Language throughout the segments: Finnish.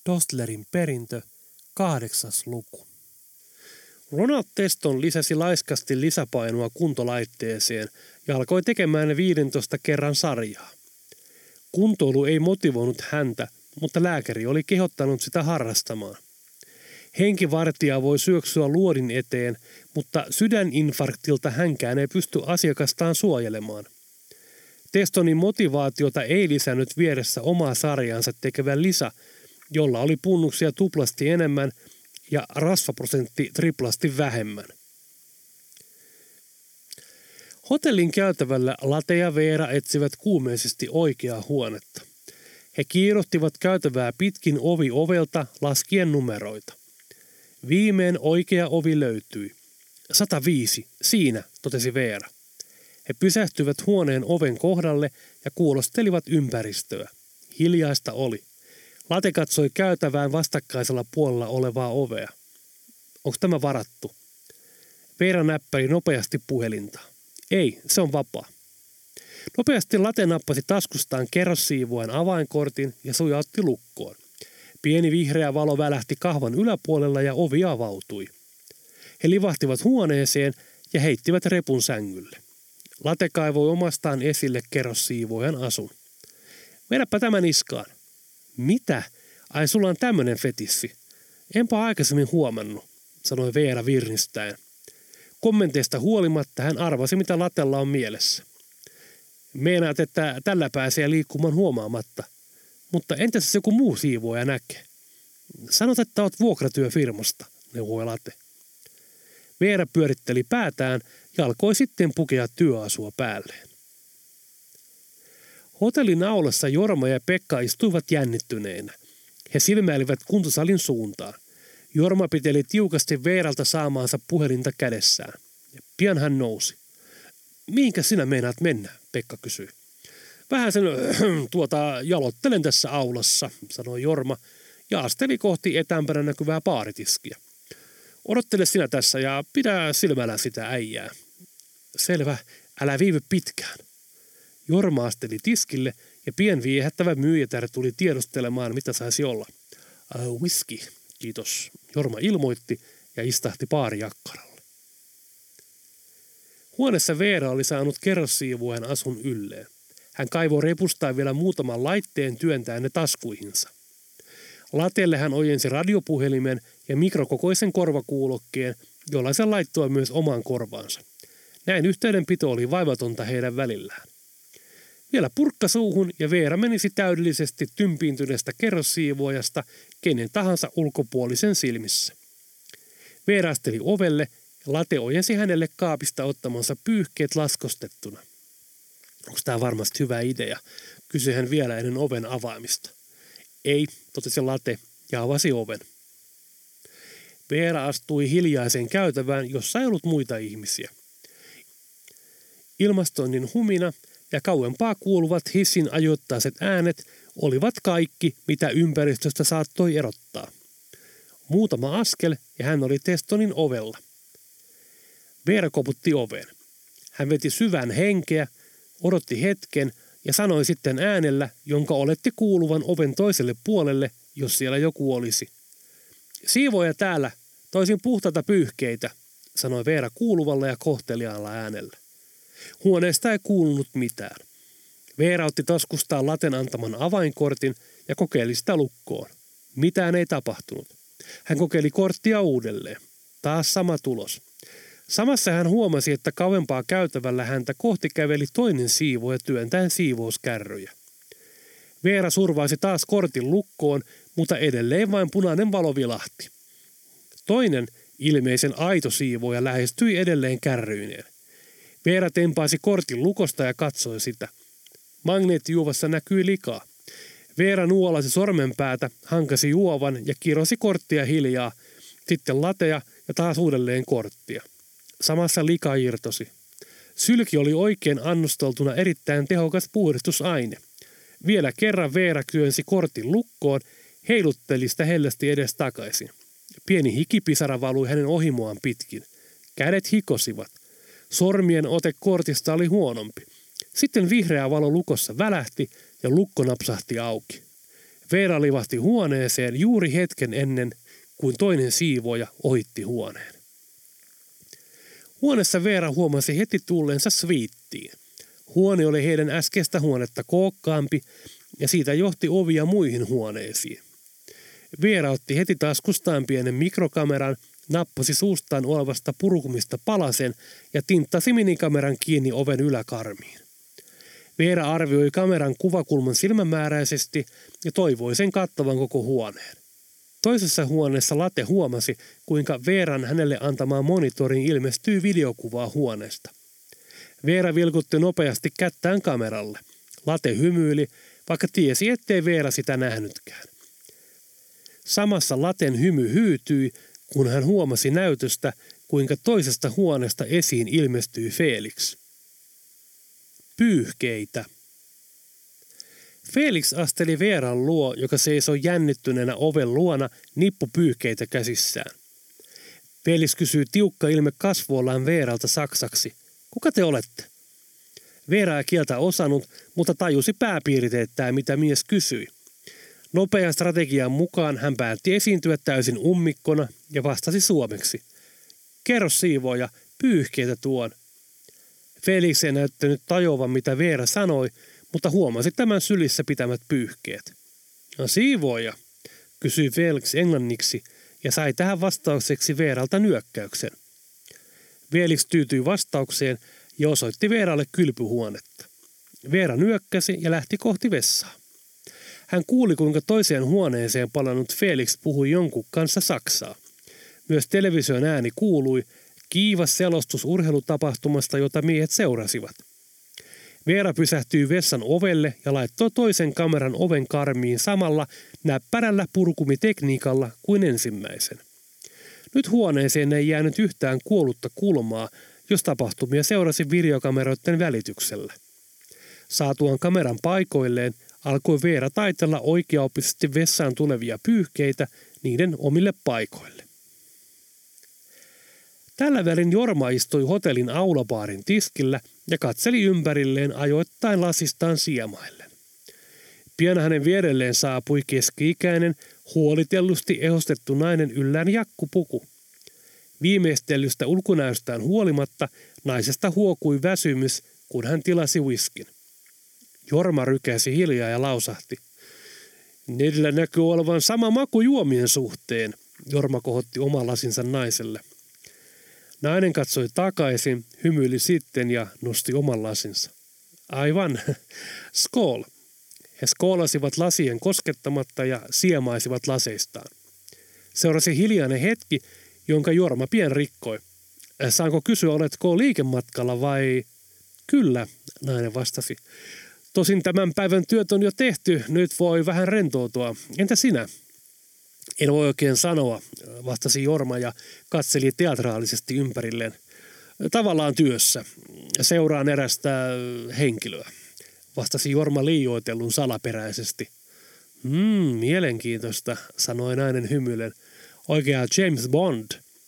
Dostlerin perintö, 8. luku. Ronald Teston lisäsi laiskasti lisäpainoa kuntolaitteeseen ja alkoi tekemään 15 kerran sarjaa. Kuntoilu ei motivoinut häntä, mutta lääkäri oli kehottanut sitä harrastamaan. Henkivartija voi syöksyä luodin eteen, mutta sydäninfarktilta hänkään ei pysty asiakastaan suojelemaan. Testonin motivaatiota ei lisännyt vieressä omaa sarjaansa tekevä Lisa, jolla oli punnuksia tuplasti enemmän ja rasvaprosentti triplasti vähemmän. Hotellin käytävällä Late ja Veera etsivät kuumeisesti oikeaa huonetta. He kiirottivat käytävää pitkin ovi ovelta laskien numeroita. Viimein oikea ovi löytyi. 105, siinä, totesi Veera. He pysähtyivät huoneen oven kohdalle ja kuulostelivat ympäristöä. Hiljaista oli. Late katsoi käytävään vastakkaisella puolella olevaa ovea. Onko tämä varattu? Veera näppäili nopeasti puhelinta. Ei, se on vapaa. Nopeasti Late nappasi taskustaan kerrossiivuan avainkortin ja sujautti lukkoon. Pieni vihreä valo välähti kahvan yläpuolella ja ovi avautui. He livahtivat huoneeseen ja heittivät repun sängylle. Late kaivoi omastaan esille kerrossiivoajan asun. Vedäpä tämän niskaan. Mitä? Ai sulla on tämmönen fetissi. Enpä aikaisemmin huomannut, sanoi Veera virnistäen. Kommenteista huolimatta hän arvasi, mitä Latella on mielessä. Meinaat, että tällä pääsee liikkumaan huomaamatta. Mutta entäs jos joku muu siivoaja näkee? Sanot, että oot vuokratyöfirmasta, neuvoi Late. Veera pyöritteli päätään ja alkoi sitten pukea työasua päälleen. Hotellin aulassa Jorma ja Pekka istuivat jännittyneinä. He silmäilivät kuntosalin suuntaan. Jorma piteli tiukasti Veeralta saamaansa puhelinta kädessään. Ja pian hän nousi. Mihinkä sinä meinaat mennä, Pekka kysyi. Vähän sen jalottelen tässä aulassa, sanoi Jorma ja asteli kohti etäämpänä näkyvää baaritiskiä. Odottele sinä tässä ja pidä silmällä sitä äijää. Selvä, älä viivy pitkään. Jorma asteli tiskille ja pien viehättävä myyjätär tuli tiedostelemaan, mitä saisi olla. Whisky, kiitos, Jorma ilmoitti ja istahti baarijakkaralle. Huoneessa Veera oli saanut kerrossiivuajan asun ylleen. Hän kaivoi repustaan vielä muutaman laitteen työntäen ne taskuihinsa. Latelle hän ojensi radiopuhelimen ja mikrokokoisen korvakuulokkeen, jolla se laittoi myös omaan korvaansa. Näin yhteydenpito oli vaivatonta heidän välillään. Vielä purkka suuhun ja Veera menisi täydellisesti tympiintyneestä kerrossiivuajasta kenen tahansa ulkopuolisen silmissä. Veera asteli ovelle ja Late ojensi hänelle kaapista ottamansa pyyhkeet laskostettuna. Onko tämä varmasti hyvä idea, kysyi hän vielä ennen oven avaamista. Ei, totesi Late ja avasi oven. Veera astui hiljaiseen käytävään, jossa ei ollut muita ihmisiä. Ilmastoinnin humina ja kauempaa kuuluvat hissin ajoittaiset äänet olivat kaikki, mitä ympäristöstä saattoi erottaa. Muutama askel ja hän oli Testonin ovella. Veera koputti oveen. Hän veti syvän henkeä, odotti hetken ja sanoi sitten äänellä, jonka olette kuuluvan oven toiselle puolelle, jos siellä joku olisi. Siivoja täällä, toisin puhtaita pyyhkeitä, sanoi Veera kuuluvalla ja kohteliaalla äänellä. Huoneesta ei kuulunut mitään. Veera otti taskustaan Laten antaman avainkortin ja kokeili sitä lukkoon. Mitään ei tapahtunut. Hän kokeili korttia uudelleen. Taas sama tulos. Samassa hän huomasi, että kauempaa käytävällä häntä kohti käveli toinen siivoja työntäen siivouskärryjä. Veera survaisi taas kortin lukkoon, mutta edelleen vain punainen valo vilahti. Toinen, ilmeisen aito siivoja lähestyi edelleen kärryineen. Veera tempaisi kortin lukosta ja katsoi sitä. Magneettijuovassa näkyi likaa. Veera nuolasi sormenpäätä, hankasi juovan ja kirosi korttia hiljaa, sitten latea ja taas uudelleen korttia. Samassa lika irtosi. Sylki oli oikein annosteltuna erittäin tehokas puhdistusaine. Vielä kerran Veera työnsi kortin lukkoon, heilutteli sitä hellästi edes takaisin. Pieni hikipisara valui hänen ohimoaan pitkin. Kädet hikosivat. Sormien ote kortista oli huonompi. Sitten vihreä valo lukossa välähti ja lukko napsahti auki. Veera livahti huoneeseen juuri hetken ennen kuin toinen siivooja ohitti huoneen. Huoneessa Veera huomasi heti tulleensa sviittiin. Huone oli heidän äskeistä huonetta kookkaampi ja siitä johti ovia muihin huoneisiin. Veera otti heti taskustaan pienen mikrokameran, nappasi suustaan olevasta purkumista palasen ja tinttasi minikameran kiinni oven yläkarmiin. Veera arvioi kameran kuvakulman silmämääräisesti ja toivoi sen kattavan koko huoneen. Toisessa huoneessa Late huomasi, kuinka Veeran hänelle antamaan monitorin ilmestyy videokuvaa huoneesta. Veera vilkutti nopeasti kättään kameralle. Late hymyili, vaikka tiesi, ettei Veera sitä nähnytkään. Samassa Laten hymy hyytyi, kun hän huomasi näytöstä, kuinka toisesta huoneesta esiin ilmestyi Felix. Pyyhkeitä. Felix asteli Veeran luo, joka seisoi jännittyneenä oven luona nippupyyhkeitä käsissään. Felix kysyi tiukka ilme kasvoillaan Veeralta saksaksi. Kuka te olette? Veera ei kieltä osannut, mutta tajusi pääpiirteittäin, mitä mies kysyi. Nopean strategian mukaan hän päätti esiintyä täysin ummikkona ja vastasi suomeksi. Kerro siivooja, pyyhkeitä tuon. Felix ei näyttänyt tajuavan, mitä Veera sanoi, mutta huomasi tämän sylissä pitämät pyyhkeet. No siivooja, kysyi Felix englanniksi ja sai tähän vastaukseksi Veeralta nyökkäyksen. Felix tyytyi vastaukseen ja osoitti Veeralle kylpyhuonetta. Veera nyökkäsi ja lähti kohti vessaa. Hän kuuli, kuinka toiseen huoneeseen palannut Felix puhui jonkun kanssa saksaa. Myös television ääni kuului, kiivas selostus urheilutapahtumasta, jota miehet seurasivat. Veera pysähtyi vessan ovelle ja laittoi toisen kameran oven karmiin samalla näppärällä purkumitekniikalla kuin ensimmäisen. Nyt huoneeseen ei jäänyt yhtään kuollutta kulmaa, jos tapahtumia seurasi videokameroiden välityksellä. Saatuaan kameran paikoilleen alkoi Veera taitella oikeaoppisesti vessaan tulevia pyyhkeitä niiden omille paikoille. Tällä välin Jorma istui hotellin aulabaarin tiskillä ja katseli ympärilleen ajoittain lasistaan siemaillen. Pian hänen vierelleen saapui keski-ikäinen, huolitellusti ehostettu nainen yllään jakkupuku. Viimeistellystä ulkonäöstään huolimatta naisesta huokui väsymys, kun hän tilasi whiskin. Jorma rykäsi hiljaa ja lausahti. Niillä näkyy olevan sama maku juomien suhteen, Jorma kohotti oman lasinsa naiselle. Nainen katsoi takaisin, hymyili sitten ja nosti oman lasinsa. Aivan, skål. He skoolasivat lasien koskettamatta ja siemaisivat laseistaan. Seurasi hiljainen hetki, jonka Jorma pian rikkoi. Saanko kysyä, oletko liikematkalla vai? Kyllä, nainen vastasi. Tosin tämän päivän työt on jo tehty, nyt voi vähän rentoutua. Entä sinä? En voi oikein sanoa, vastasi Jorma ja katseli teatraalisesti ympärilleen. Tavallaan työssä. Seuraan erästä henkilöä, vastasi Jorma liioitellun salaperäisesti. Mielenkiintoista, sanoi nainen hymyillen. Oikea James Bond.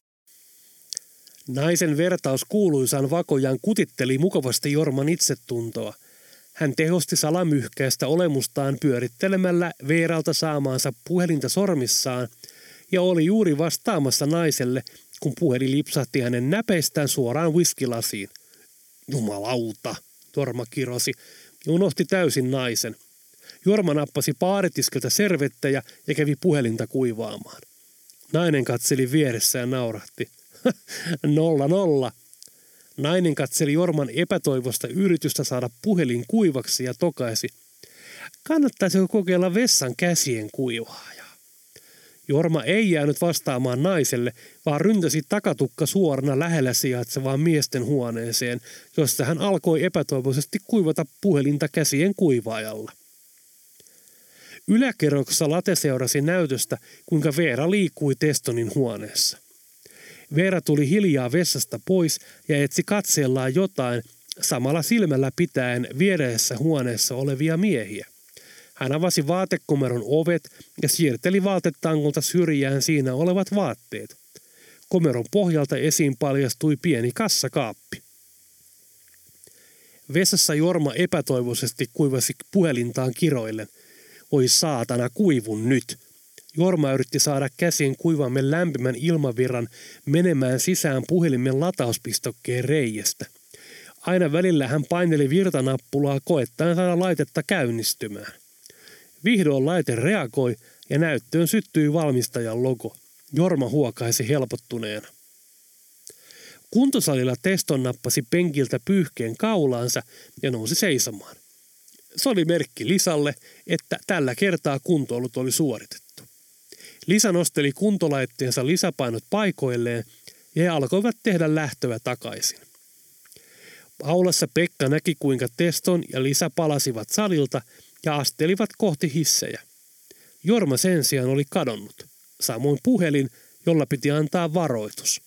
Naisen vertaus kuuluisaan vakojaan kutitteli mukavasti Jorman itsetuntoa. Hän tehosti salamyhkäistä olemustaan pyörittelemällä Veeralta saamaansa puhelinta sormissaan ja oli juuri vastaamassa naiselle, kun puhelin lipsahti hänen näpeistään suoraan whiskylasiin. Jumalauta, Jorma kirosi ja unohti täysin naisen. Jorma nappasi baaritiskeltä servettejä ja kävi puhelinta kuivaamaan. Nainen katseli vieressä ja naurahti. 0-0. Nainen katseli Jorman epätoivosta yritystä saada puhelin kuivaksi ja tokaisi. Kannattaisiko kokeilla vessan käsien kuivaajaa? Jorma ei jäänyt vastaamaan naiselle, vaan ryntäsi takatukka suorana lähellä sijaitsevaan miesten huoneeseen, josta hän alkoi epätoivoisesti kuivata puhelinta käsien kuivaajalla. Yläkerroksessa Late seurasi näytöstä, kuinka Veera liikkui Testonin huoneessa. Veera tuli hiljaa vessasta pois ja etsi katseellaan jotain, samalla silmällä pitäen viereessä huoneessa olevia miehiä. Hän avasi vaatekomeron ovet ja siirteli vaatetangolta syrjään siinä olevat vaatteet. Komeron pohjalta esiin paljastui pieni kassakaappi. Vessassa Jorma epätoivoisesti kuivasi puhelintaan kiroillen. Oi saatana, kuivun nyt. Jorma yritti saada käsiin kuivaammen lämpimän ilmavirran menemään sisään puhelimen latauspistokkeen reiästä. Aina välillä hän paineli virtanappulaa koettaen saada laitetta käynnistymään. Vihdoin laite reagoi ja näyttöön syttyi valmistajan logo. Jorma huokaisi helpottuneena. Kuntosalilla Teston nappasi penkiltä pyyhkeen kaulaansa ja nousi seisomaan. Se oli merkki Lisalle, että tällä kertaa kuntoilut oli suoritettu. Lisa nosteli kuntolaitteensa lisäpainot paikoilleen ja he alkoivat tehdä lähtöä takaisin. Aulassa Pekka näki, kuinka Teston ja Lisa palasivat salilta ja astelivat kohti hissejä. Jorma sen sijaan oli kadonnut, samoin puhelin, jolla piti antaa varoitus.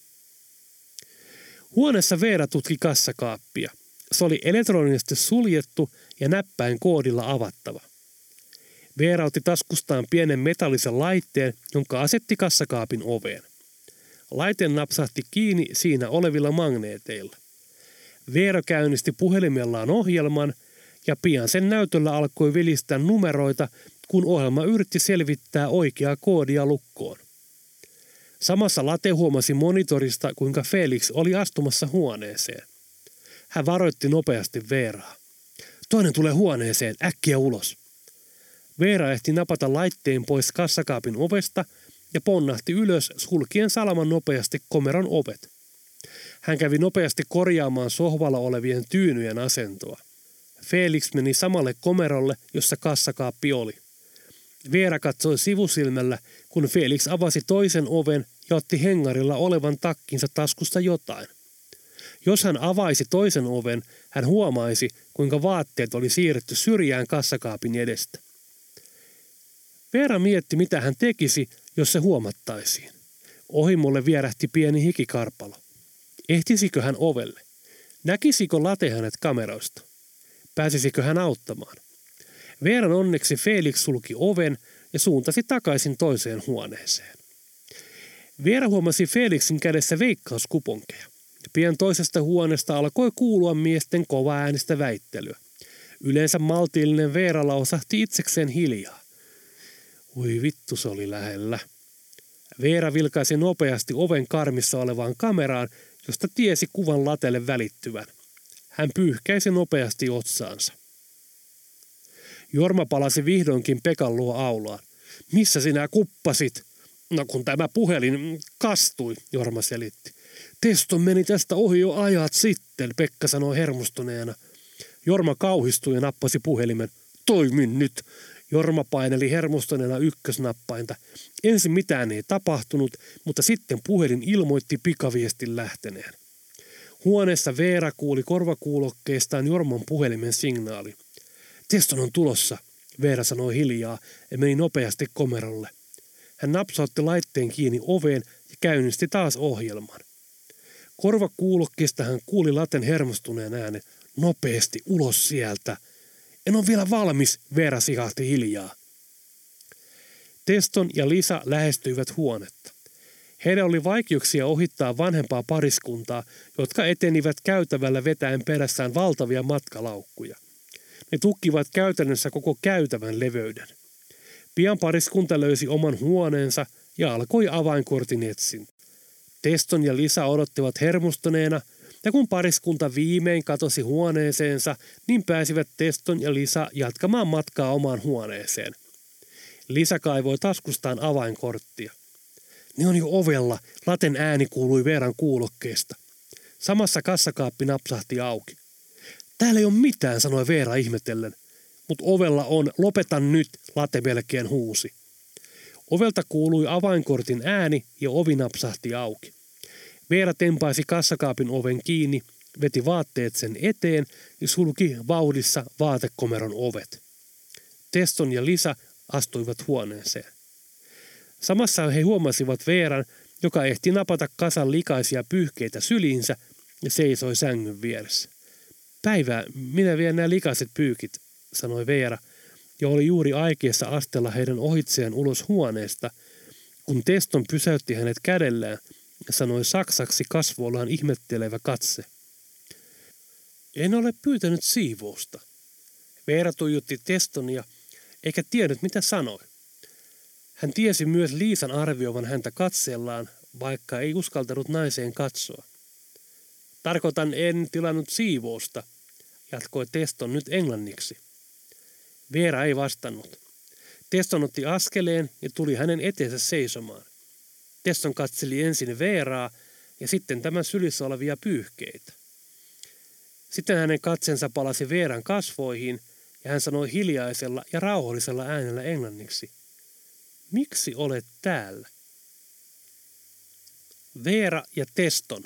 Huoneessa Veera tutki kassakaappia. Se oli elektronisesti suljettu ja näppäin koodilla avattava. Veera otti taskustaan pienen metallisen laitteen, jonka asetti kassakaapin oveen. Laite napsahti kiinni siinä olevilla magneeteilla. Veera käynnisti puhelimellaan ohjelman ja pian sen näytöllä alkoi vilistää numeroita, kun ohjelma yritti selvittää oikeaa koodia lukkoon. Samassa Late huomasi monitorista, kuinka Felix oli astumassa huoneeseen. Hän varoitti nopeasti Veeraa. Toinen tulee huoneeseen, äkkiä ulos. Veera ehti napata laitteen pois kassakaapin ovesta ja ponnahti ylös sulkien salaman nopeasti komeron ovet. Hän kävi nopeasti korjaamaan sohvalla olevien tyynyjen asentoa. Felix meni samalle komerolle, jossa kassakaappi oli. Veera katsoi sivusilmällä, kun Felix avasi toisen oven ja otti hengarilla olevan takkinsa taskusta jotain. Jos hän avaisi toisen oven, hän huomaisi, kuinka vaatteet oli siirretty syrjään kassakaapin edestä. Veera mietti, mitä hän tekisi, jos se huomattaisiin. Ohimolle vierähti pieni hikikarpalo. Ehtisikö hän ovelle? Näkisikö Late hänet kameroista? Pääsisikö hän auttamaan? Veeran onneksi Felix sulki oven ja suuntasi takaisin toiseen huoneeseen. Veera huomasi Felixin kädessä veikkauskuponkeja. Pian toisesta huoneesta alkoi kuulua miesten kovaäänistä väittelyä. Yleensä maltillinen Veera lausahti itsekseen hiljaa. Oi vittu, se oli lähellä. Veera vilkaisi nopeasti oven karmissa olevaan kameraan, josta tiesi kuvan Latelle välittyvän. Hän pyyhkäisi nopeasti otsaansa. Jorma palasi vihdoinkin Pekan luo aulaan. Missä sinä kuppasit? No kun tämä puhelin kastui, Jorma selitti. Teston meni tästä ohi jo ajat sitten, Pekka sanoi hermostuneena. Jorma kauhistui ja nappasi puhelimen. Toimi nyt! Jorma paineli hermostuneena ykkösnappainta. Ensin mitään ei tapahtunut, mutta sitten puhelin ilmoitti pikaviestin lähteneen. Huoneessa Veera kuuli korvakuulokkeestaan Jorman puhelimen signaali. Teston on tulossa, Veera sanoi hiljaa ja meni nopeasti komerolle. Hän napsautti laitteen kiinni oveen ja käynnisti taas ohjelman. Korvakuulokkeesta hän kuuli Laten hermostuneen äänen. Nopeasti ulos sieltä. En ole vielä valmis, Veera sihahti hiljaa. Teston ja Lisa lähestyivät huonetta. Heillä oli vaikeuksia ohittaa vanhempaa pariskuntaa, jotka etenivät käytävällä vetäen perässään valtavia matkalaukkuja. Ne tukkivat käytännössä koko käytävän leveyden. Pian pariskunta löysi oman huoneensa ja alkoi avainkortin etsintä. Teston ja Lisa odottivat hermostuneena, ja kun pariskunta viimein katosi huoneeseensa, niin pääsivät Teston ja Lisa jatkamaan matkaa omaan huoneeseen. Lisa kaivoi taskustaan avainkorttia. Ne on jo ovella, Laten ääni kuului Veeran kuulokkeesta. Samassa kassakaappi napsahti auki. Täällä ei ole mitään, sanoi Veera ihmetellen. Mut ovella on, lopeta nyt, Late melkein huusi. Ovelta kuului avainkortin ääni ja ovi napsahti auki. Veera tempaisi kassakaapin oven kiinni, veti vaatteet sen eteen ja sulki vauhdissa vaatekomeron ovet. Teston ja Lisa astuivat huoneeseen. Samassa he huomasivat Veeran, joka ehti napata kasan likaisia pyyhkeitä syliinsä ja seisoi sängyn vieressä. Päivää, minä vien nämä likaiset pyykit, sanoi Veera, ja oli juuri aikeessa astella heidän ohitseen ulos huoneesta, kun Teston pysäytti hänet kädellään ja sanoi saksaksi kasvoillaan ihmettelevä katse. En ole pyytänyt siivousta. Veera tuijotti Testonia, eikä tiennyt mitä sanoi. Hän tiesi myös Liisan arvioivan häntä katseellaan, vaikka ei uskaltanut naiseen katsoa. Tarkoitan, en tilannut siivousta, jatkoi Teston nyt englanniksi. Veera ei vastannut. Teston otti askeleen ja tuli hänen eteensä seisomaan. Teston katseli ensin Veeraa ja sitten tämän sylissä olevia pyyhkeitä. Sitten hänen katsensa palasi Veeran kasvoihin ja hän sanoi hiljaisella ja rauhallisella äänellä englanniksi. Miksi olet täällä? Veera ja Teston.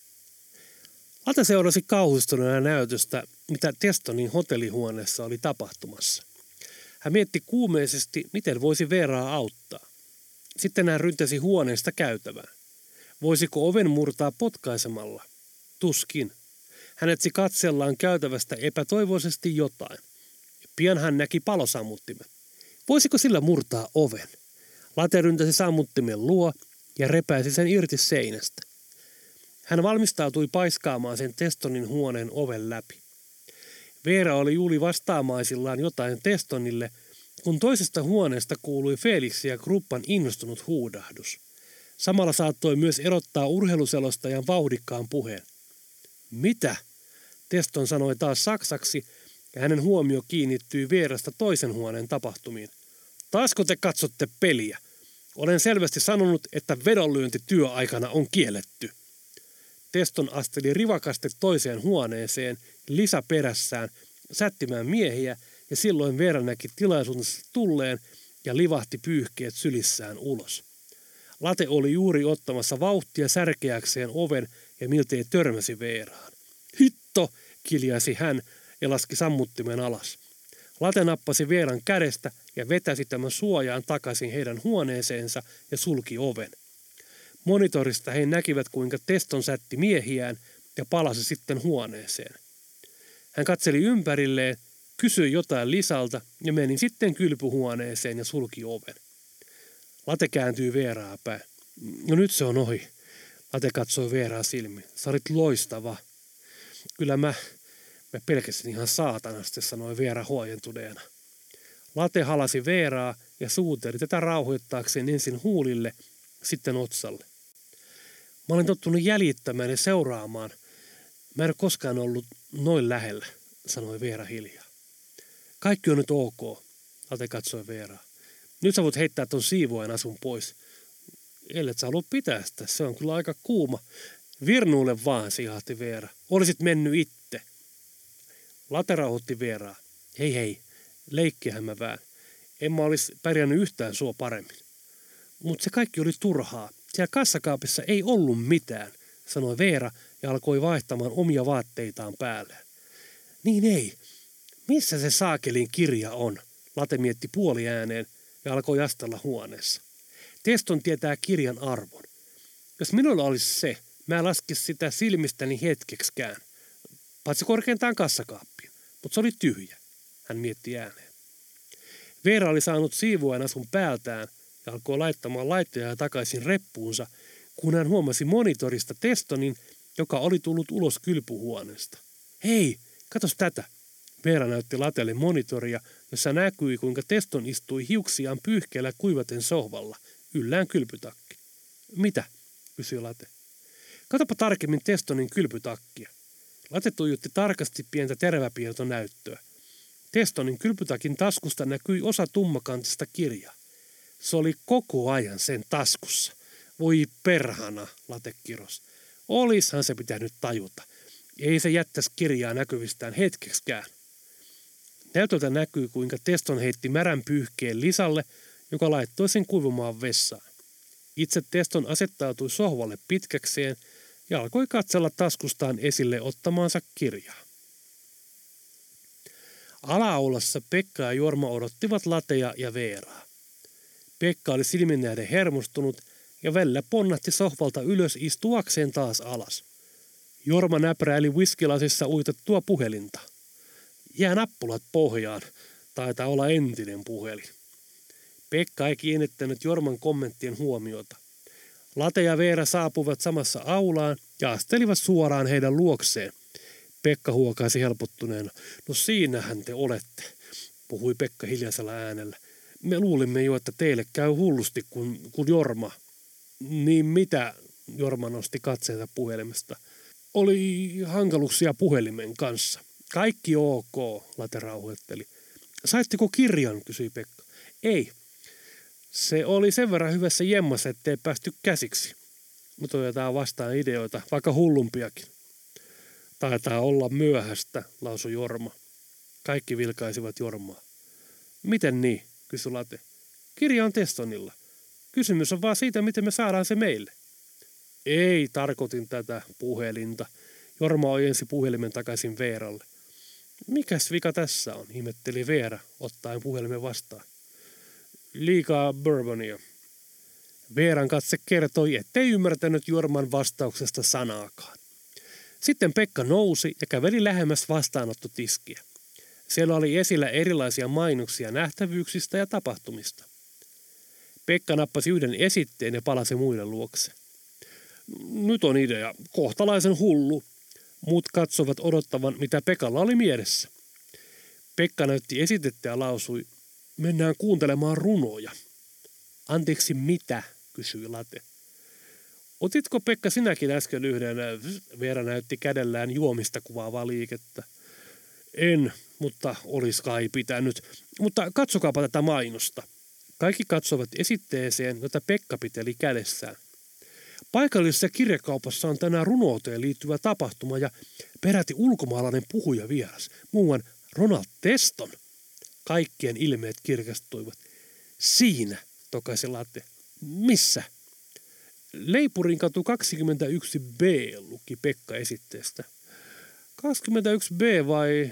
Late seurasi kauhistuneena näytöstä, mitä Testonin hotellihuoneessa oli tapahtumassa. Hän mietti kuumeisesti, miten voisi Veeraa auttaa. Sitten hän ryntäsi huoneesta käytävään. Voisiko oven murtaa potkaisemalla? Tuskin. Hän etsi katsellaan käytävästä epätoivoisesti jotain. Pian hän näki palosammuttimen. Voisiko sillä murtaa oven? Late ryntäsi sammuttimen luo ja repäisi sen irti seinästä. Hän valmistautui paiskaamaan sen Testonin huoneen oven läpi. Veera oli juuri vastaamaisillaan jotain Testonille, kun toisesta huoneesta kuului Felixin ja Kruppan innostunut huudahdus. Samalla saattoi myös erottaa urheiluselostajan vauhdikkaan puheen. Mitä? Teston sanoi taas saksaksi ja hänen huomio kiinnittyi Veerasta toisen huoneen tapahtumiin. Taasko te katsotte peliä? Olen selvästi sanonut, että vedonlyönti työaikana on kielletty. Teston asteli rivakasti toiseen huoneeseen, Lisa perässään, sättimään miehiä ja silloin Veera näki tilaisuudessa tulleen ja livahti pyyhkeet sylissään ulos. Late oli juuri ottamassa vauhtia särkeäkseen oven ja miltei törmäsi Veeraan. Hitto, kiljaisi hän ja laski sammuttimen alas. Late nappasi Veeran kädestä ja vetäsi tämän suojaan takaisin heidän huoneeseensa ja sulki oven. Monitorista he näkivät, kuinka Teston sätti miehiään ja palasi sitten huoneeseen. Hän katseli ympärilleen, kysyi jotain Lisalta ja meni sitten kylpyhuoneeseen ja sulki oven. Late kääntyi Veeraa päin. No nyt se on ohi. Late katsoi Veeraa silmiin. Sä olit loistava. Kyllä mä pelkäsin ihan saatanasti, sanoi Veera huojentuneena. Late halasi Veeraa ja suuteli tätä rauhoittaakseen ensin huulille, sitten otsalle. Mä olen tottunut jäljittämään ja seuraamaan. Mä en ole koskaan ollut noin lähellä, sanoi Veera hiljaa. Kaikki on nyt ok, Late katsoi Veeraa. Nyt sä voit heittää ton siivoajan asun pois. Ellet sä halua pitää sitä, se on kyllä aika kuuma. Virnuulle vaan, sihahti Veera. Olisit mennyt itse. Late rauhoitti Veeraa. Hei, leikkiähän mä vähän. En mä olisi pärjännyt yhtään sua paremmin. Mutta se kaikki oli turhaa. Siellä kassakaapissa ei ollut mitään, sanoi Veera ja alkoi vaihtamaan omia vaatteitaan päälleen. Niin ei. Missä se saakelin kirja on? Late mietti puoliääneen ja alkoi astella huoneessa. Teston tietää kirjan arvon. Jos minulla olisi se, mä en laskisi sitä silmistäni hetkeksikään. Paitsi korkeintaan kassakaappiin, mutta se oli tyhjä, hän mietti ääneen. Veera oli saanut siivoajan asun päältään ja alkoi laittamaan laitteja takaisin reppuunsa, kun hän huomasi monitorista Testonin, joka oli tullut ulos kylpyhuoneesta. Hei, katos tätä. Veera näytti Latelle monitoria, jossa näkyi, kuinka Teston istui hiuksiaan pyyhkeellä kuivaten sohvalla, yllään kylpytakki. Mitä? Kysyi Late. Katsopa tarkemmin Testonin kylpytakkia. Late tuijutti tarkasti pientä teräväpiirtonäyttöä. Testonin kylpytakin taskusta näkyi osa tummakantista kirjaa. Se oli koko ajan sen taskussa. Voi perhana, Late kiros. Olishan se pitänyt tajuta. Ei se jättäisi kirjaa näkyvistään hetkeksikään. Näytöltä näkyy, kuinka Teston heitti märän pyyhkeen Lisalle, joka laittoi sen kuivumaan vessaan. Itse Teston asettautui sohvalle pitkäkseen ja alkoi katsella taskustaan esille ottamaansa kirjaa. Ala-aulassa Pekka ja Jorma odottivat Latea ja Veeraa. Pekka oli silmin nähden hermostunut ja välillä ponnahti sohvalta ylös istuakseen taas alas. Jorma näpräili whiskilasissa uitettua puhelinta. Jää nappulat pohjaan, taitaa olla entinen puhelin. Pekka ei kiinnittänyt Jorman kommenttien huomiota. Late ja Veera saapuivat samassa aulaan ja astelivat suoraan heidän luokseen. Pekka huokaisi helpottuneena. No siinähän te olette. puhui Pekka hiljaisella äänellä. Me luulimme jo, että teille käy hullusti, kun Jorma. Niin mitä? Jorma nosti katseensa puhelimesta. Oli hankaluuksia puhelimen kanssa. Kaikki ok, Late rauhoitteli. Saitteko kirjan, kysyi Pekka. Ei. Se oli sen verran hyvässä jemmassa, ettei päästy käsiksi. Mutta otetaan vastaan ideoita, vaikka hullumpiakin. Taitaa olla myöhäistä, lausui Jorma. Kaikki vilkaisivat Jormaa. Miten niin, kysyi Late. Kirja on Testonilla. Kysymys on vaan siitä, miten me saadaan se meille. Ei, tarkoitin tätä puhelinta. Jorma ojensi puhelimen takaisin Veeralle. Mikäs vika tässä on, ihmetteli Veera, ottaen puhelimen vastaan. Liikaa bourbonia. Veeran katse kertoi, ettei ymmärtänyt Jorman vastauksesta sanaakaan. Sitten Pekka nousi ja käveli lähemmäs vastaanottotiskiä. Siellä oli esillä erilaisia mainoksia nähtävyyksistä ja tapahtumista. Pekka nappasi yhden esitteen ja palasi muiden luokse. Nyt on idea. Kohtalaisen hullu. Muut katsovat odottavan, mitä Pekalla oli mielessä. Pekka näytti esitettä ja lausui, mennään kuuntelemaan runoja. Anteeksi mitä, kysyi Late. Otitko Pekka sinäkin äsken yhden, Veera näytti kädellään juomista kuvaavaa liikettä. En, mutta olis kai pitänyt. Mutta katsokaapa tätä mainosta. Kaikki katsovat esitteeseen, jota Pekka piteli kädessään. Paikallisessa kirjakaupassa on tänään runouteen liittyvä tapahtuma ja peräti ulkomaalainen puhuja vieras, muuan Ronald Teston. Kaikkien ilmeet kirkastuivat. Siinä, tokaisi Late. Missä? Leipurin katu 21B, luki Pekka esitteestä. 21B vai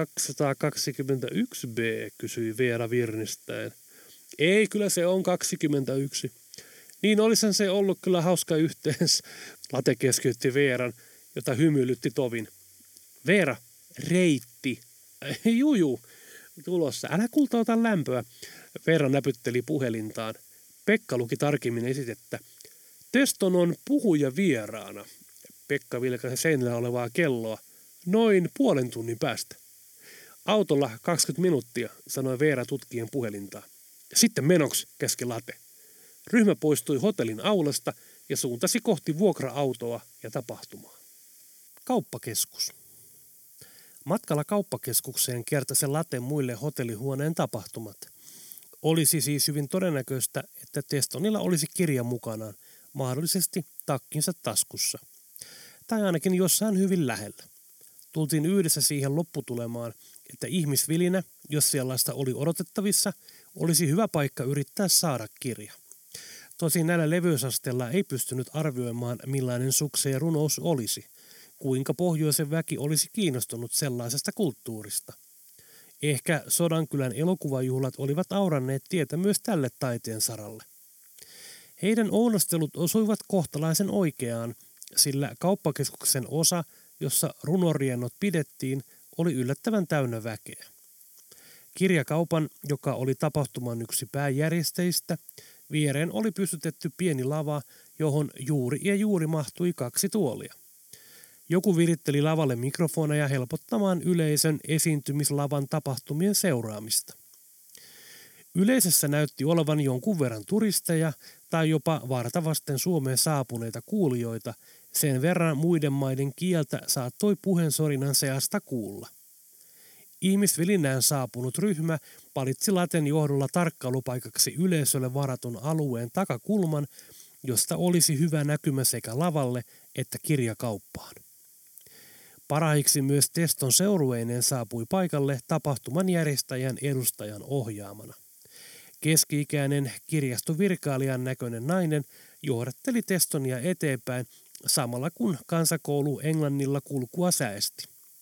221B, kysyi Veera virnistäen. Ei, kyllä se on 21. Niin olisihan se ollut kyllä hauska yhteens, Late keskeytti Veeran, jota hymyilytti tovin. Veera, reitti. Juju, tulossa. Älä kulta ota lämpöä. Veera näpytteli puhelintaan. Pekka luki tarkemmin esitettä. Teston on puhuja vieraana. Pekka vilkaisi seinällä olevaa kelloa. Noin puolen tunnin päästä. Autolla 20 minuuttia, sanoi Veera tutkien puhelintaa. Sitten menoksi, käski Late. Ryhmä poistui hotellin aulasta ja suuntasi kohti vuokra-autoa ja tapahtumaa. Kauppakeskus. Matkalla kauppakeskukseen kertasi Late muille hotellihuoneen tapahtumat. Olisi siis hyvin todennäköistä, että Testonilla olisi kirja mukanaan, mahdollisesti takkinsa taskussa. Tai ainakin jossain hyvin lähellä. Tultiin yhdessä siihen lopputulemaan, että ihmisvilinä, jos sellaista oli odotettavissa, olisi hyvä paikka yrittää saada kirja. Tosin näillä levyysasteilla ei pystynyt arvioimaan, millainen sukse ja runous olisi, kuinka pohjoisen väki olisi kiinnostunut sellaisesta kulttuurista. Ehkä Sodankylän elokuvajuhlat olivat auranneet tietä myös tälle taiteen saralle. Heidän ounastelut osuivat kohtalaisen oikeaan, sillä kauppakeskuksen osa, jossa runoriennot pidettiin, oli yllättävän täynnä väkeä. Kirjakaupan, joka oli tapahtuman yksi pääjärjestäjistä, viereen oli pystytetty pieni lava, johon juuri mahtui 2 tuolia. Joku viritteli lavalle mikrofoneja helpottamaan yleisön esiintymislavan tapahtumien seuraamista. Yleisössä näytti olevan jonkun verran turisteja tai jopa vartavasten Suomeen saapuneita kuulijoita, sen verran muiden maiden kieltä saattoi puheensorinan seasta kuulla. Ihmisvilinään saapunut ryhmä valitsi Laten johdolla tarkkailupaikaksi yleisölle varatun alueen takakulman, josta olisi hyvä näkymä sekä lavalle että kirjakauppaan. Parhaiksi myös Teston seurueineen saapui paikalle tapahtuman järjestäjän edustajan ohjaamana. Keski-ikäinen kirjastovirkailijan näköinen nainen johdatteli Testonia eteenpäin samalla kun kansakoulu englannilla kulkua säesti.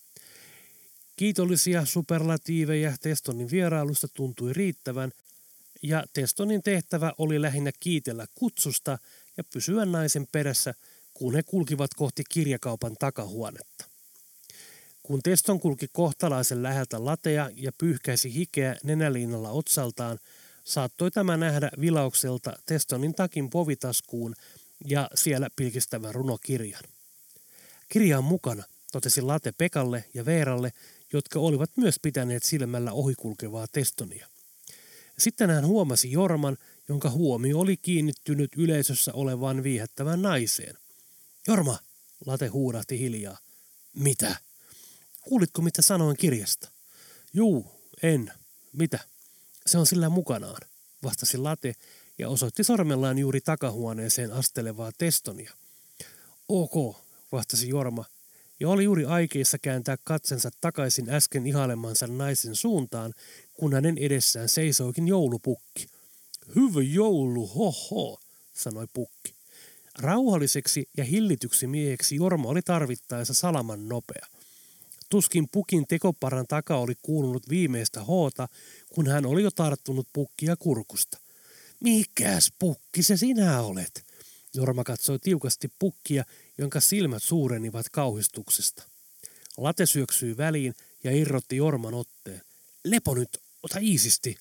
Kiitollisia superlatiiveja Testonin vierailusta tuntui riittävän, ja Testonin tehtävä oli lähinnä kiitellä kutsusta ja pysyä naisen perässä, kun he kulkivat kohti kirjakaupan takahuonetta. Kun Teston kulki kohtalaisen läheltä Latea ja pyyhkäisi hikeä nenäliinalla otsaltaan, saattoi tämä nähdä vilaukselta Testonin takin povitaskuun ja siellä pilkistävän runokirjan. Kirja on mukana, totesi Late Pekalle ja Veeralle, jotka olivat myös pitäneet silmällä ohikulkevaa Testonia. Sitten hän huomasi Jorman, jonka huomio oli kiinnittynyt yleisössä olevaan viehättävään naiseen. Jorma, Late huudahti hiljaa. Mitä? Kuulitko, mitä sanoin kirjasta? Juu, en. Mitä? Se on sillä mukanaan, vastasi Late ja osoitti sormellaan juuri takahuoneeseen astelevaa Testonia. Ok, vastasi Jorma ja oli juuri aikeissa kääntää katsensa takaisin äsken ihailemansa naisen suuntaan, kun hänen edessään seisoikin joulupukki. Hyvä joulu, hoho, sanoi pukki. Rauhalliseksi ja hillityksi mieheksi Jorma oli tarvittaessa salaman nopea. Tuskin pukin tekoparan takaa oli kuulunut viimeistä hoota, kun hän oli jo tarttunut pukkia kurkusta. Mikäs pukki se sinä olet? Jorma katsoi tiukasti pukkia, jonka silmät suurenivat kauhistuksesta. Late syöksyi väliin ja irrotti Jorman otteen. Lepo nyt, ota iisisti.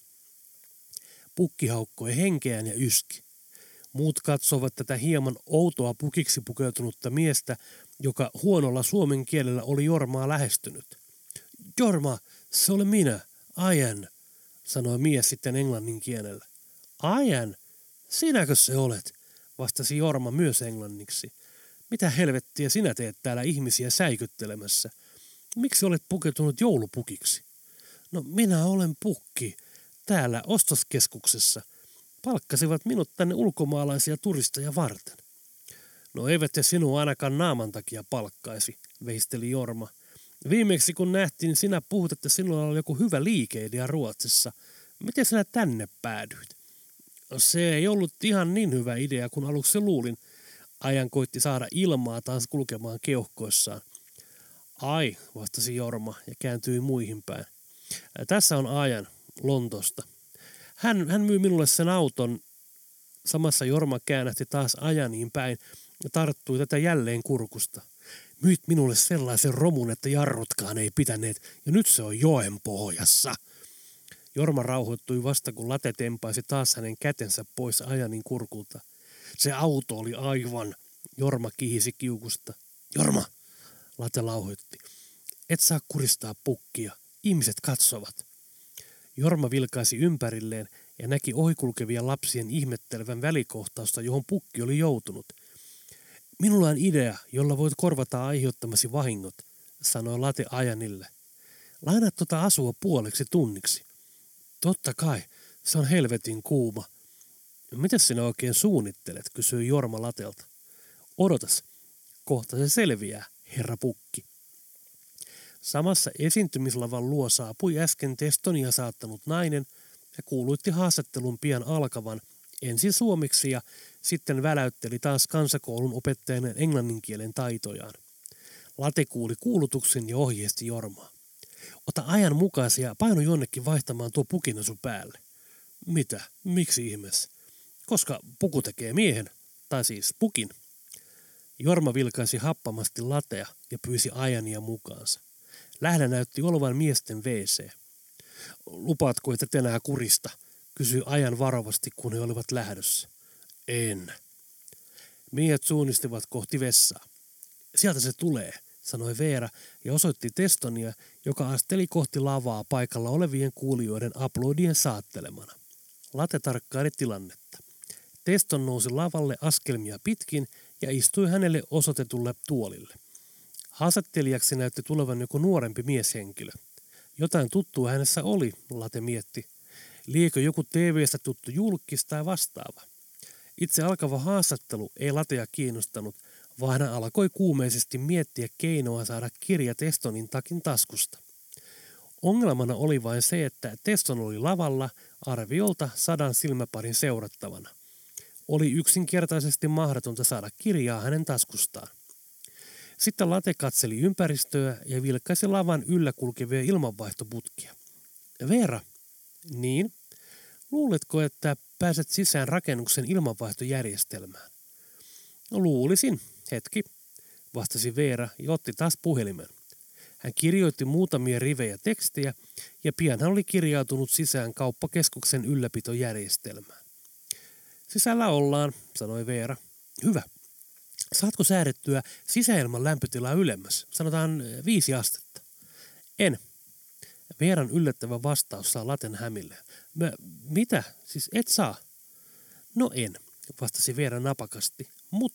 Pukki haukkoi henkeään ja yski. Muut katsoivat tätä hieman outoa pukiksi pukeutunutta miestä, joka huonolla suomen kielellä oli Jormaa lähestynyt. Jorma, se olen minä, Ian, sanoi mies sitten englannin kielellä. Ian, sinäkö se olet? Vastasi Jorma myös englanniksi. Mitä helvettiä sinä teet täällä ihmisiä säikyttelemässä? Miksi olet pukeutunut joulupukiksi? No minä olen pukki, täällä ostoskeskuksessa. Palkkasivat minut tänne ulkomaalaisia turisteja varten. No eivät te sinua ainakaan naaman takia palkkaisi, veisteli Jorma. Viimeksi kun nähtiin, sinä puhut, että sinulla oli joku hyvä liikeidea Ruotsissa. Miten sinä tänne päädyit? Se ei ollut ihan niin hyvä idea, kun aluksi luulin. Ajan koitti saada ilmaa taas kulkemaan keuhkoissaan. Ai, vastasi Jorma ja kääntyi muihin päin. Tässä on Ajan Lontosta. Hän myy minulle sen auton. Samassa Jorma käännähti taas Ajaniin päin ja tarttui tätä jälleen kurkusta. Myit minulle sellaisen romun, että jarrutkaan ei pitäneet, ja nyt se on joen pohjassa. Jorma rauhoittui vasta, kun Late tempaisi taas hänen kätensä pois Ajanin kurkulta. Se auto oli aivan. Jorma kihisi kiukusta. Jorma, Late lauhoitti. Et saa kuristaa pukkia. Ihmiset katsovat. Jorma vilkaisi ympärilleen ja näki ohikulkevia lapsien ihmettelevän välikohtausta, johon pukki oli joutunut. Minulla on idea, jolla voit korvata aiheuttamasi vahingot, sanoi Late Ajanille. Lainat tuota asua puoleksi tunniksi. Totta kai, se on helvetin kuuma. Mitä sinä oikein suunnittelet, kysyi Jorma Latelta. Odotas, kohta se selviää, herra pukki. Samassa esiintymislavan luo saapui äsken Testonia saattanut nainen ja kuuluitti haastattelun pian alkavan ensin suomeksi ja sitten väläytteli taas kansakoulun opettajan englannin kielen taitojaan. Late kuuli kuulutuksen ja ohjeisti Jormaa. Ota ajan mukaasi ja paino jonnekin vaihtamaan tuo pukinasu päälle. Mitä? Miksi ihmeessä? Koska puku tekee miehen, tai siis pukin. Jorma vilkaisi happamasti Latea ja pyysi Ajania mukaansa. Lähellä näytti olevan miesten WC. Lupaatko, että enää kurista? Kysyi Ajan varovasti, kun he olivat lähdössä. En. Miehet suunnistivat kohti vessaa. Sieltä se tulee, sanoi Veera ja osoitti Testonia, joka asteli kohti lavaa paikalla olevien kuulijoiden aplodien saattelemana. Late tarkkaili tilannetta. Teston nousi lavalle askelmia pitkin ja istui hänelle osoitetulle tuolille. Haastattelijaksi näytti tulevan joku nuorempi mieshenkilö. Jotain tuttua hänessä oli, Late mietti. Liekö joku TV:stä tuttu julkkis tai vastaava? Itse alkava haastattelu ei Latea kiinnostanut, vaan hän alkoi kuumeisesti miettiä keinoa saada kirja Testonin takin taskusta. Ongelmana oli vain se, että Teston oli lavalla arviolta 100 silmäparin seurattavana. Oli yksinkertaisesti mahdotonta saada kirjaa hänen taskustaan. Sitten Late katseli ympäristöä ja vilkkaisi lavan yllä kulkevia ilmanvaihtoputkia. Veera, niin? Luuletko, että pääset sisään rakennuksen ilmanvaihtojärjestelmään? Luulisin, hetki, vastasi Veera ja otti taas puhelimen. Hän kirjoitti muutamia rivejä tekstiä ja pian hän oli kirjautunut sisään kauppakeskuksen ylläpitojärjestelmään. Sisällä ollaan, sanoi Veera. Hyvä. Saatko säädettyä sisäilman lämpötilaa ylemmäs? Sanotaan 5 astetta. En. Veeran yllättävä vastaus saa Laten hämille. Mitä? Siis et saa? No en, vastasi Veera napakasti.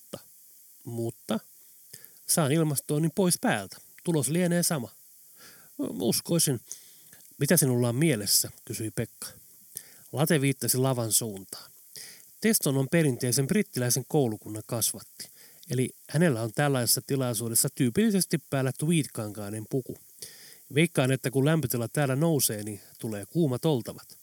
Mutta, saan ilmastooni pois päältä. Tulos lienee sama. Uskoisin. Mitä sinulla on mielessä, kysyi Pekka. Late viittasi lavan suuntaan. Teston on perinteisen brittiläisen koulukunnan kasvatti, eli hänellä on tällaisessa tilaisuudessa tyypillisesti päällä tweedkankainen puku. Veikkaan, että kun lämpötila täällä nousee, niin tulee kuumat oltavat.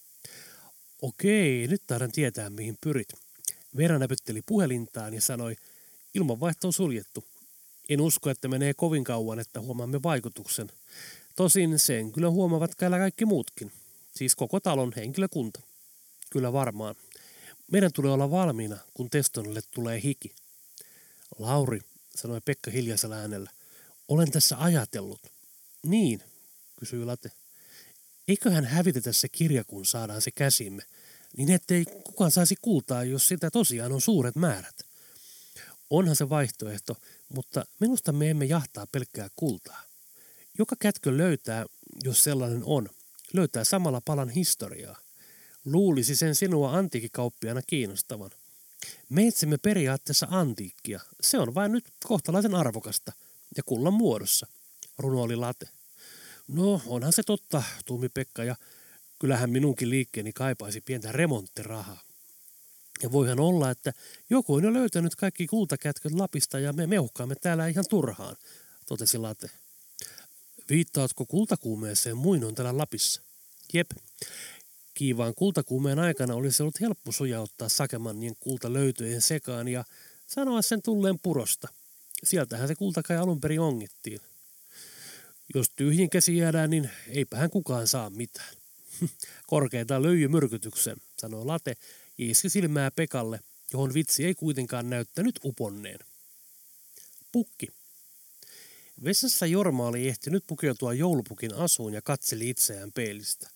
Okei, nyt taidan tietää, mihin pyrit. Veera näpytteli puhelintaan ja sanoi, ilmanvaihto on suljettu. En usko, että menee kovin kauan, että huomaamme vaikutuksen. Tosin sen kyllä huomaavat täällä kaikki muutkin. Siis koko talon henkilökunta. Kyllä varmaan. Meidän tulee olla valmiina, kun Testonille tulee hiki. Lauri, sanoi Pekka hiljaisella äänellä. Olen tässä ajatellut. Niin, kysyi Late. Eiköhän hävitetä se kirja, kun saadaan se käsimme, niin ettei kukaan saisi kultaa, jos sitä tosiaan on suuret määrät. Onhan se vaihtoehto, mutta minusta me emme jahtaa pelkkää kultaa. Joka kätkö löytää, jos sellainen on, löytää samalla palan historiaa. Luulisi sen sinua antiikkikauppiaana kiinnostavan. Me etsimme periaatteessa antiikkia. Se on vain nyt kohtalaisen arvokasta ja kullan muodossa, runoili Late. No, onhan se totta, tuumi Pekka, ja kyllähän minunkin liikkeeni kaipaisi pientä remonttirahaa. Ja voihan olla, että joku on jo löytänyt kaikki kultakätköt Lapista ja me meuhkaamme täällä ihan turhaan, totesi Late. Viittaatko kultakuumeeseen muinoin täällä Lapissa? Jep. Kiivaan kultakuumeen aikana olisi ollut helppo sujauttaa Sakemannien kultalöytöjen sekaan ja sanoa sen tulleen purosta. Sieltähän se kulta kai alun perin ongittiin. Jos tyhjin käsi jäädään, niin eipähän kukaan saa mitään. Korkeintaan löijymyrkytyksen, sanoi Late ja iski silmää Pekalle, johon vitsi ei kuitenkaan näyttänyt uponneen. Pukki. Vessassa Jorma oli ehtinyt pukeutua joulupukin asuun ja katseli itseään peilistä.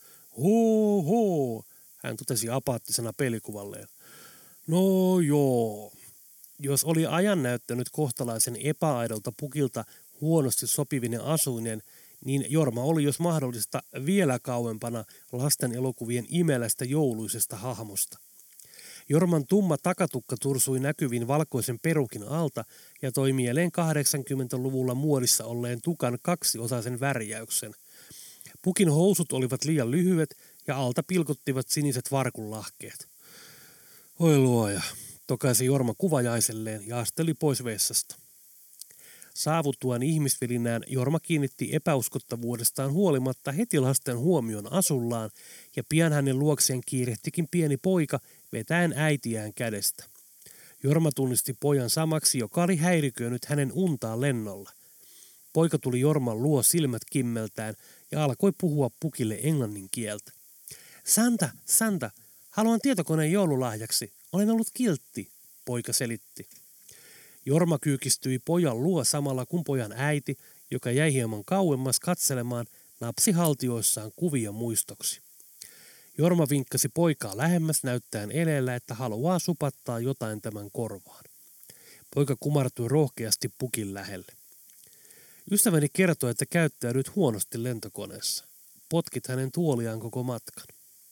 Hoo, hän totesi apaattisena pelikuvalleen. No joo. Jos oli ajan näyttänyt kohtalaisen epäaidolta pukilta huonosti sopivinen asuinen, niin Jorma oli jos mahdollista vielä kauempana lasten elokuvien imelästä jouluisesta hahmosta. Jorman tumma takatukka tursui näkyviin valkoisen perukin alta ja toi mieleen 80-luvulla muodissa olleen tukan kaksiosaisen värjäyksen. Pukin housut olivat liian lyhyet ja alta pilkottivat siniset varkunlahkeet. Oi luoja, tokaisi Jorma kuvajaiselleen ja asteli pois vessasta. Saavuttuaan ihmisvelinään Jorma kiinnitti epäuskottavuudestaan huolimatta heti lasten huomion asullaan ja pian hänen luokseen kiirehtikin pieni poika vetäen äitiään kädestä. Jorma tunnisti pojan samaksi, joka oli häiriköinyt hänen untaan lennolla. Poika tuli Jorman luo silmät kimmeltään ja alkoi puhua pukille englannin kieltä. Santa, haluan tietokoneen joululahjaksi. Olen ollut kiltti, poika selitti. Jorma kyykistyi pojan luo samalla kun pojan äiti, joka jäi hieman kauemmas katselemaan, napsi haltioissaan kuvia muistoksi. Jorma vinkkasi poikaa lähemmäs näyttäen eleellä, että haluaa supattaa jotain tämän korvaan. Poika kumartui rohkeasti pukin lähelle. Ystäväni kertoi, että käyttäydyt huonosti lentokoneessa. Potkit hänen tuoliaan koko matkan.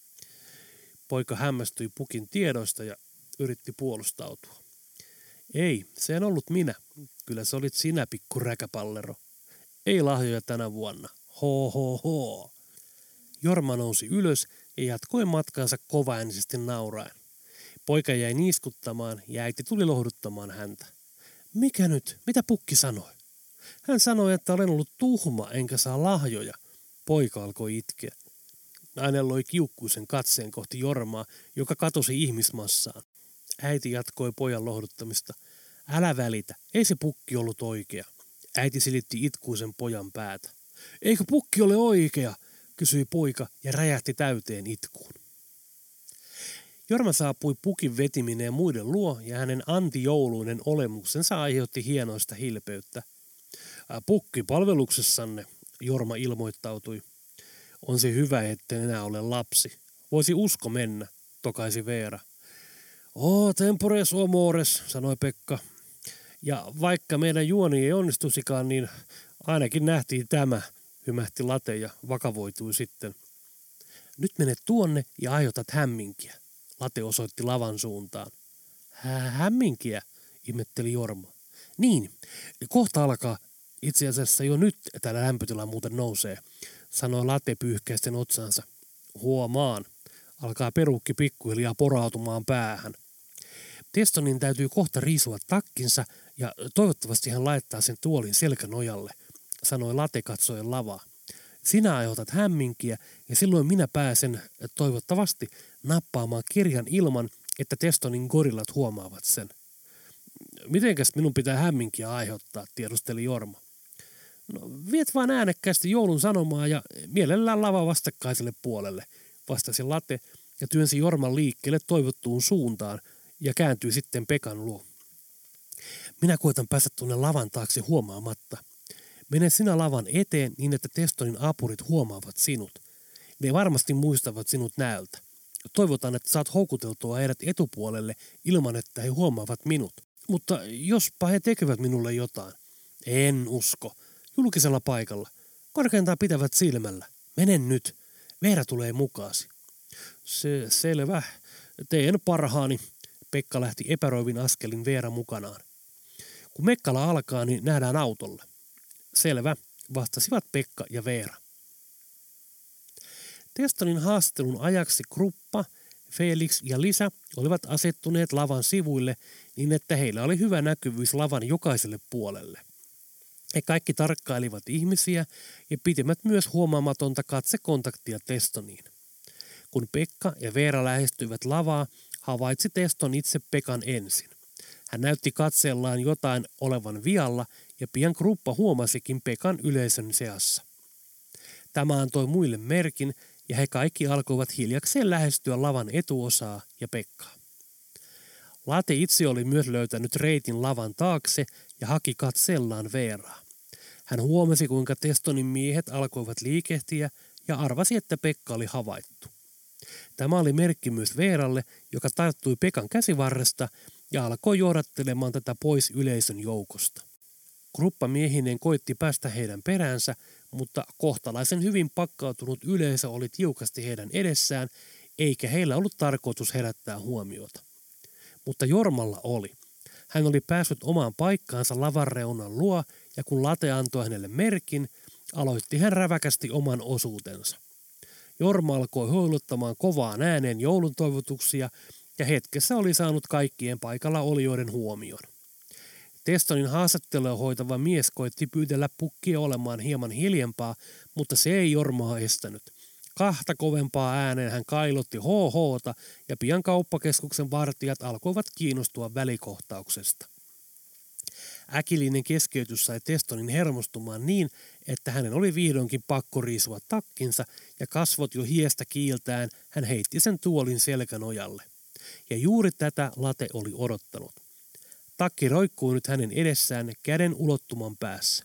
Poika hämmästyi pukin tiedoista ja yritti puolustautua. Ei, se en ollut minä. Kyllä se olit sinä, pikku räkäpallero. Ei lahjoja tänä vuonna. Ho. Jorma nousi ylös ja jatkoi matkaansa kovaäänisesti nauraen. Poika jäi niiskuttamaan ja äiti tuli lohduttamaan häntä. Mikä nyt? Mitä pukki sanoi? Hän sanoi, että olen ollut tuhma enkä saa lahjoja. Poika alkoi itkeä. Nainen loi kiukkuisen katseen kohti Jormaa, joka katosi ihmismassaan. Äiti jatkoi pojan lohduttamista. Älä välitä, ei se pukki ollut oikea. Äiti silitti itkuisen pojan päätä. Eikö pukki ole oikea? Kysyi poika ja räjähti täyteen itkuun. Jorma saapui pukin vetimineen muiden luo ja hänen antijouluinen olemuksensa aiheutti hienoista hilpeyttä. Pukki palveluksessanne, Jorma ilmoittautui. On se hyvä, etten enää ole lapsi. Voisi usko mennä, tokaisi Veera. Tempore suo mores, sanoi Pekka. Ja vaikka meidän juoni ei onnistusikaan, niin ainakin nähtiin tämä, hymähti Late ja vakavoitui sitten. Nyt menet tuonne ja aiheutat hämminkiä, Late osoitti lavan suuntaan. Hämminkiä, ihmetteli Jorma. Niin, kohta alkaa, itse asiassa jo nyt täällä lämpötila muuten nousee, sanoi Late pyyhkäisten otsansa. Huomaan, alkaa perukki pikkuhiljaa porautumaan päähän. Testonin täytyy kohta riisua takkinsa ja toivottavasti hän laittaa sen tuolin selkänojalle, sanoi Late katsoen lavaa. Sinä aiheutat hämminkiä ja silloin minä pääsen toivottavasti nappaamaan kirjan ilman, että Testonin gorillat huomaavat sen. Mitenkäs minun pitää hämminkiä aiheuttaa, tiedusteli Jorma. No, viet vaan äänekkäästi joulun sanomaa ja mielellään lava vastakkaiselle puolelle, vastasi Late ja työnsi Jorman liikkeelle toivottuun suuntaan ja kääntyi sitten Pekan luo. Minä koitan päästä tuonne lavan taakse huomaamatta. Mene sinä lavan eteen niin, että Testonin apurit huomaavat sinut. Ne varmasti muistavat sinut näöltä. Toivotaan, että saat houkuteltua heidät etupuolelle ilman, että he huomaavat minut. Mutta jospa he tekevät minulle jotain. En usko. Julkisella paikalla. Korkeintaan pitävät silmällä. Mene nyt. Veera tulee mukaasi. Selvä. Teen parhaani. Pekka lähti epäröivin askelin Veera mukanaan. Kun Mekkala alkaa, niin nähdään autolla. Selvä, vastasivat Pekka ja Veera. Testonin haastattelun ajaksi Kruppa, Felix ja Lisa olivat asettuneet lavan sivuille niin, että heillä oli hyvä näkyvyys lavan jokaiselle puolelle. He kaikki tarkkailivat ihmisiä ja pitivät myös huomaamatonta katsekontaktia Testoniin. Kun Pekka ja Veera lähestyivät lavaa, havaitsi Teston itse Pekan ensin. Hän näytti katseellaan jotain olevan vialla ja pian Kruppa huomasikin Pekan yleisön seassa. Tämä antoi muille merkin ja he kaikki alkoivat hiljakseen lähestyä lavan etuosaa ja Pekkaa. Late itse oli myös löytänyt reitin lavan taakse ja haki katseellaan Veeraa. Hän huomasi, kuinka Testonin miehet alkoivat liikehtiä ja arvasi, että Pekka oli havaittu. Tämä oli merkki myös Veeralle, joka tarttui Pekan käsivarresta ja alkoi johdattelemaan tätä pois yleisön joukosta. Kruppa miehinen koitti päästä heidän peräänsä, mutta kohtalaisen hyvin pakkautunut yleisö oli tiukasti heidän edessään, eikä heillä ollut tarkoitus herättää huomiota. Mutta Jormalla oli. Hän oli päässyt omaan paikkaansa lavan reunan luo, ja kun Late antoi hänelle merkin, aloitti hän räväkästi oman osuutensa. Jorma alkoi hoiluttamaan kovaan ääneen joulun toivotuksia, ja hetkessä oli saanut kaikkien paikalla olijoiden huomion. Testonin haastattelua hoitava mies koitti pyydellä pukkia olemaan hieman hiljempaa, mutta se ei Jormaa estänyt. Kahta kovempaa ääneen hän kailotti HH:ta ja pian kauppakeskuksen vartijat alkoivat kiinnostua välikohtauksesta. Äkillinen keskeytys sai Testonin hermostumaan niin, että hänen oli vihdoinkin pakko riisua takkinsa ja kasvot jo hiestä kiiltään hän heitti sen tuolin selkänojalle. Ja juuri tätä Late oli odottanut. Takki roikkuu nyt hänen edessään käden ulottuman päässä.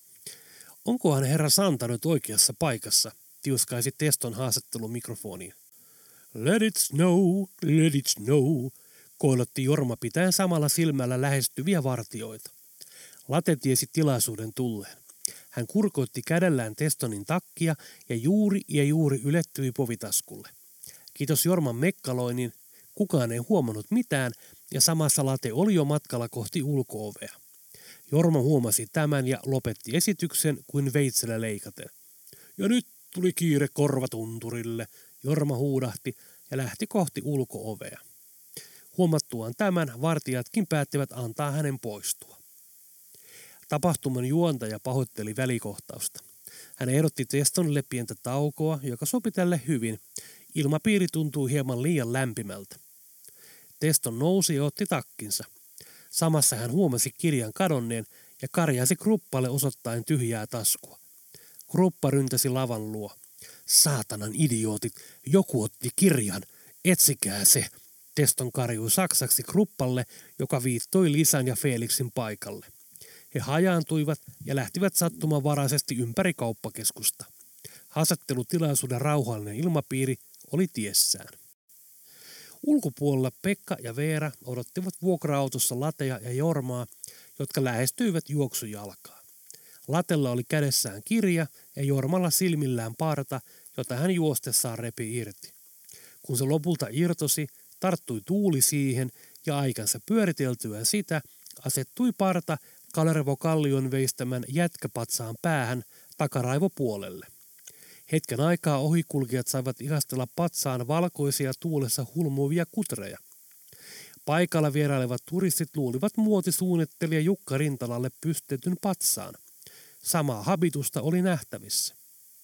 Onkohan herra Santa nyt oikeassa paikassa, tiuskaisi Teston haastattelun mikrofoniin. Let it snow, koilotti Jorma pitäen samalla silmällä lähestyviä vartioita. Late tiesi tilaisuuden tulleen. Hän kurkoitti kädellään Testonin takkia ja juuri ylettyi povitaskulle. Kiitos Jorman mekkaloinnin, kukaan ei huomannut mitään ja samassa Late oli jo matkalla kohti ulko-ovea. Jorma huomasi tämän ja lopetti esityksen kuin veitsellä leikaten. Ja nyt tuli kiire korvatunturille, Jorma huudahti ja lähti kohti ulko-ovea. Huomattuaan tämän, vartijatkin päättivät antaa hänen poistua. Tapahtuman juontaja pahoitteli välikohtausta. Hän ehdotti Testonille pientä taukoa, joka sopi tälle hyvin. Ilmapiiri tuntui hieman liian lämpimältä. Teston nousi ja otti takkinsa. Samassa hän huomasi kirjan kadonneen ja karjaisi Kruppalle osoittaen tyhjää taskua. Kruppa ryntäsi lavan luo. Saatanan idiootit, joku otti kirjan, etsikää se. Teston karjui saksaksi Kruppalle, joka viittoi Lisan ja Felixin paikalle. He hajaantuivat ja lähtivät sattumanvaraisesti ympäri kauppakeskusta. Haastattelutilaisuuden rauhallinen ilmapiiri oli tiessään. Ulkopuolella Pekka ja Veera odottivat vuokra-autossa Latea ja Jormaa, jotka lähestyivät juoksujalkaa. Latella oli kädessään kirja ja Jormalla silmillään parta, jota hän juostessaan repi irti. Kun se lopulta irtosi, tarttui tuuli siihen ja aikansa pyöriteltyä sitä, asettui parta Kalervo Kallion veistämän jätkäpatsaan päähän takaraivopuolelle. Hetken aikaa ohikulkijat saivat ihastella patsaan valkoisia tuulessa hulmuvia kutreja. Paikalla vierailevat turistit luulivat muotisuunnittelija Jukka Rintalalle pystetyn patsaan. Samaa habitusta oli nähtävissä.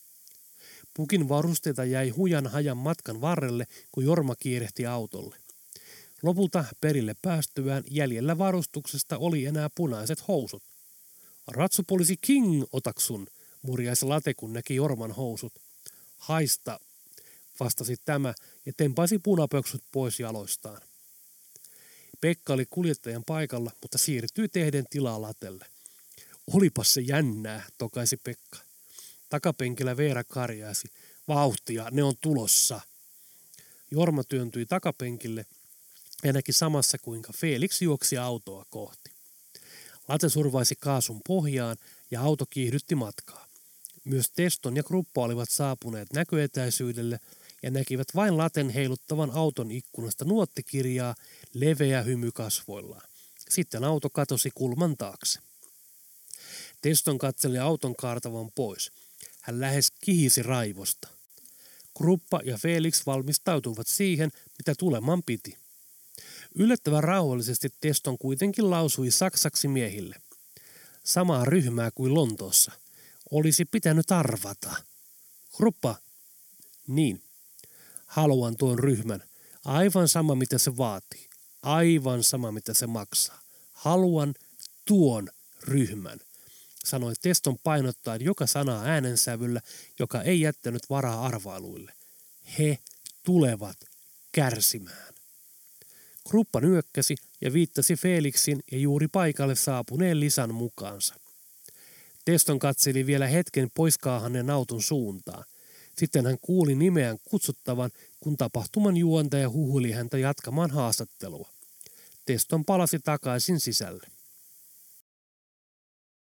Pukin varusteita jäi hujan hajan matkan varrelle, kun Jorma kiirehti autolle. Lopulta perille päästyään jäljellä varustuksesta oli enää punaiset housut. Ratsupoliisi King otaksun, murjaisi Late, kun näki Jorman housut. Haista, vastasi tämä ja tempaisi punapöksyt pois jaloistaan. Pekka oli kuljettajan paikalla, mutta siirtyi tehden tilaa Latelle. Olipas se jännää, tokaisi Pekka. Takapenkillä Veera karjaisi. Vauhtia, ne on tulossa. Jorma työntyi takapenkille ja näki samassa, kuinka Felix juoksi autoa kohti. Late survaisi kaasun pohjaan ja auto kiihdytti matkaa. Myös Teston ja Kruppa olivat saapuneet näköetäisyydelle ja näkivät vain Laten heiluttavan auton ikkunasta nuottikirjaa, leveä hymy kasvoillaan. Sitten auto katosi kulman taakse. Teston katseli auton kaartavan pois. Hän lähes kihisi raivosta. Kruppa ja Felix valmistautuivat siihen, mitä tuleman piti. Yllättävän rauhallisesti Teston kuitenkin lausui saksaksi miehille. Samaa ryhmää kuin Lontoossa. Olisi pitänyt arvata. Kruppa. Niin. Haluan tuon ryhmän. Aivan sama mitä se vaatii. Aivan sama mitä se maksaa. Haluan tuon ryhmän, sanoi Teston painottaen joka sanaa äänensävyllä, joka ei jättänyt varaa arvailuille. He tulevat kärsimään. Kruppa nyökkäsi ja viittasi Felixin ja juuri paikalle saapuneen Lisan mukaansa. Teston katseli vielä hetken poiskaahannen auton suuntaan. Sitten hän kuuli nimeään kutsuttavan, kun tapahtuman juontaja huhuli häntä jatkamaan haastattelua. Teston palasi takaisin sisälle.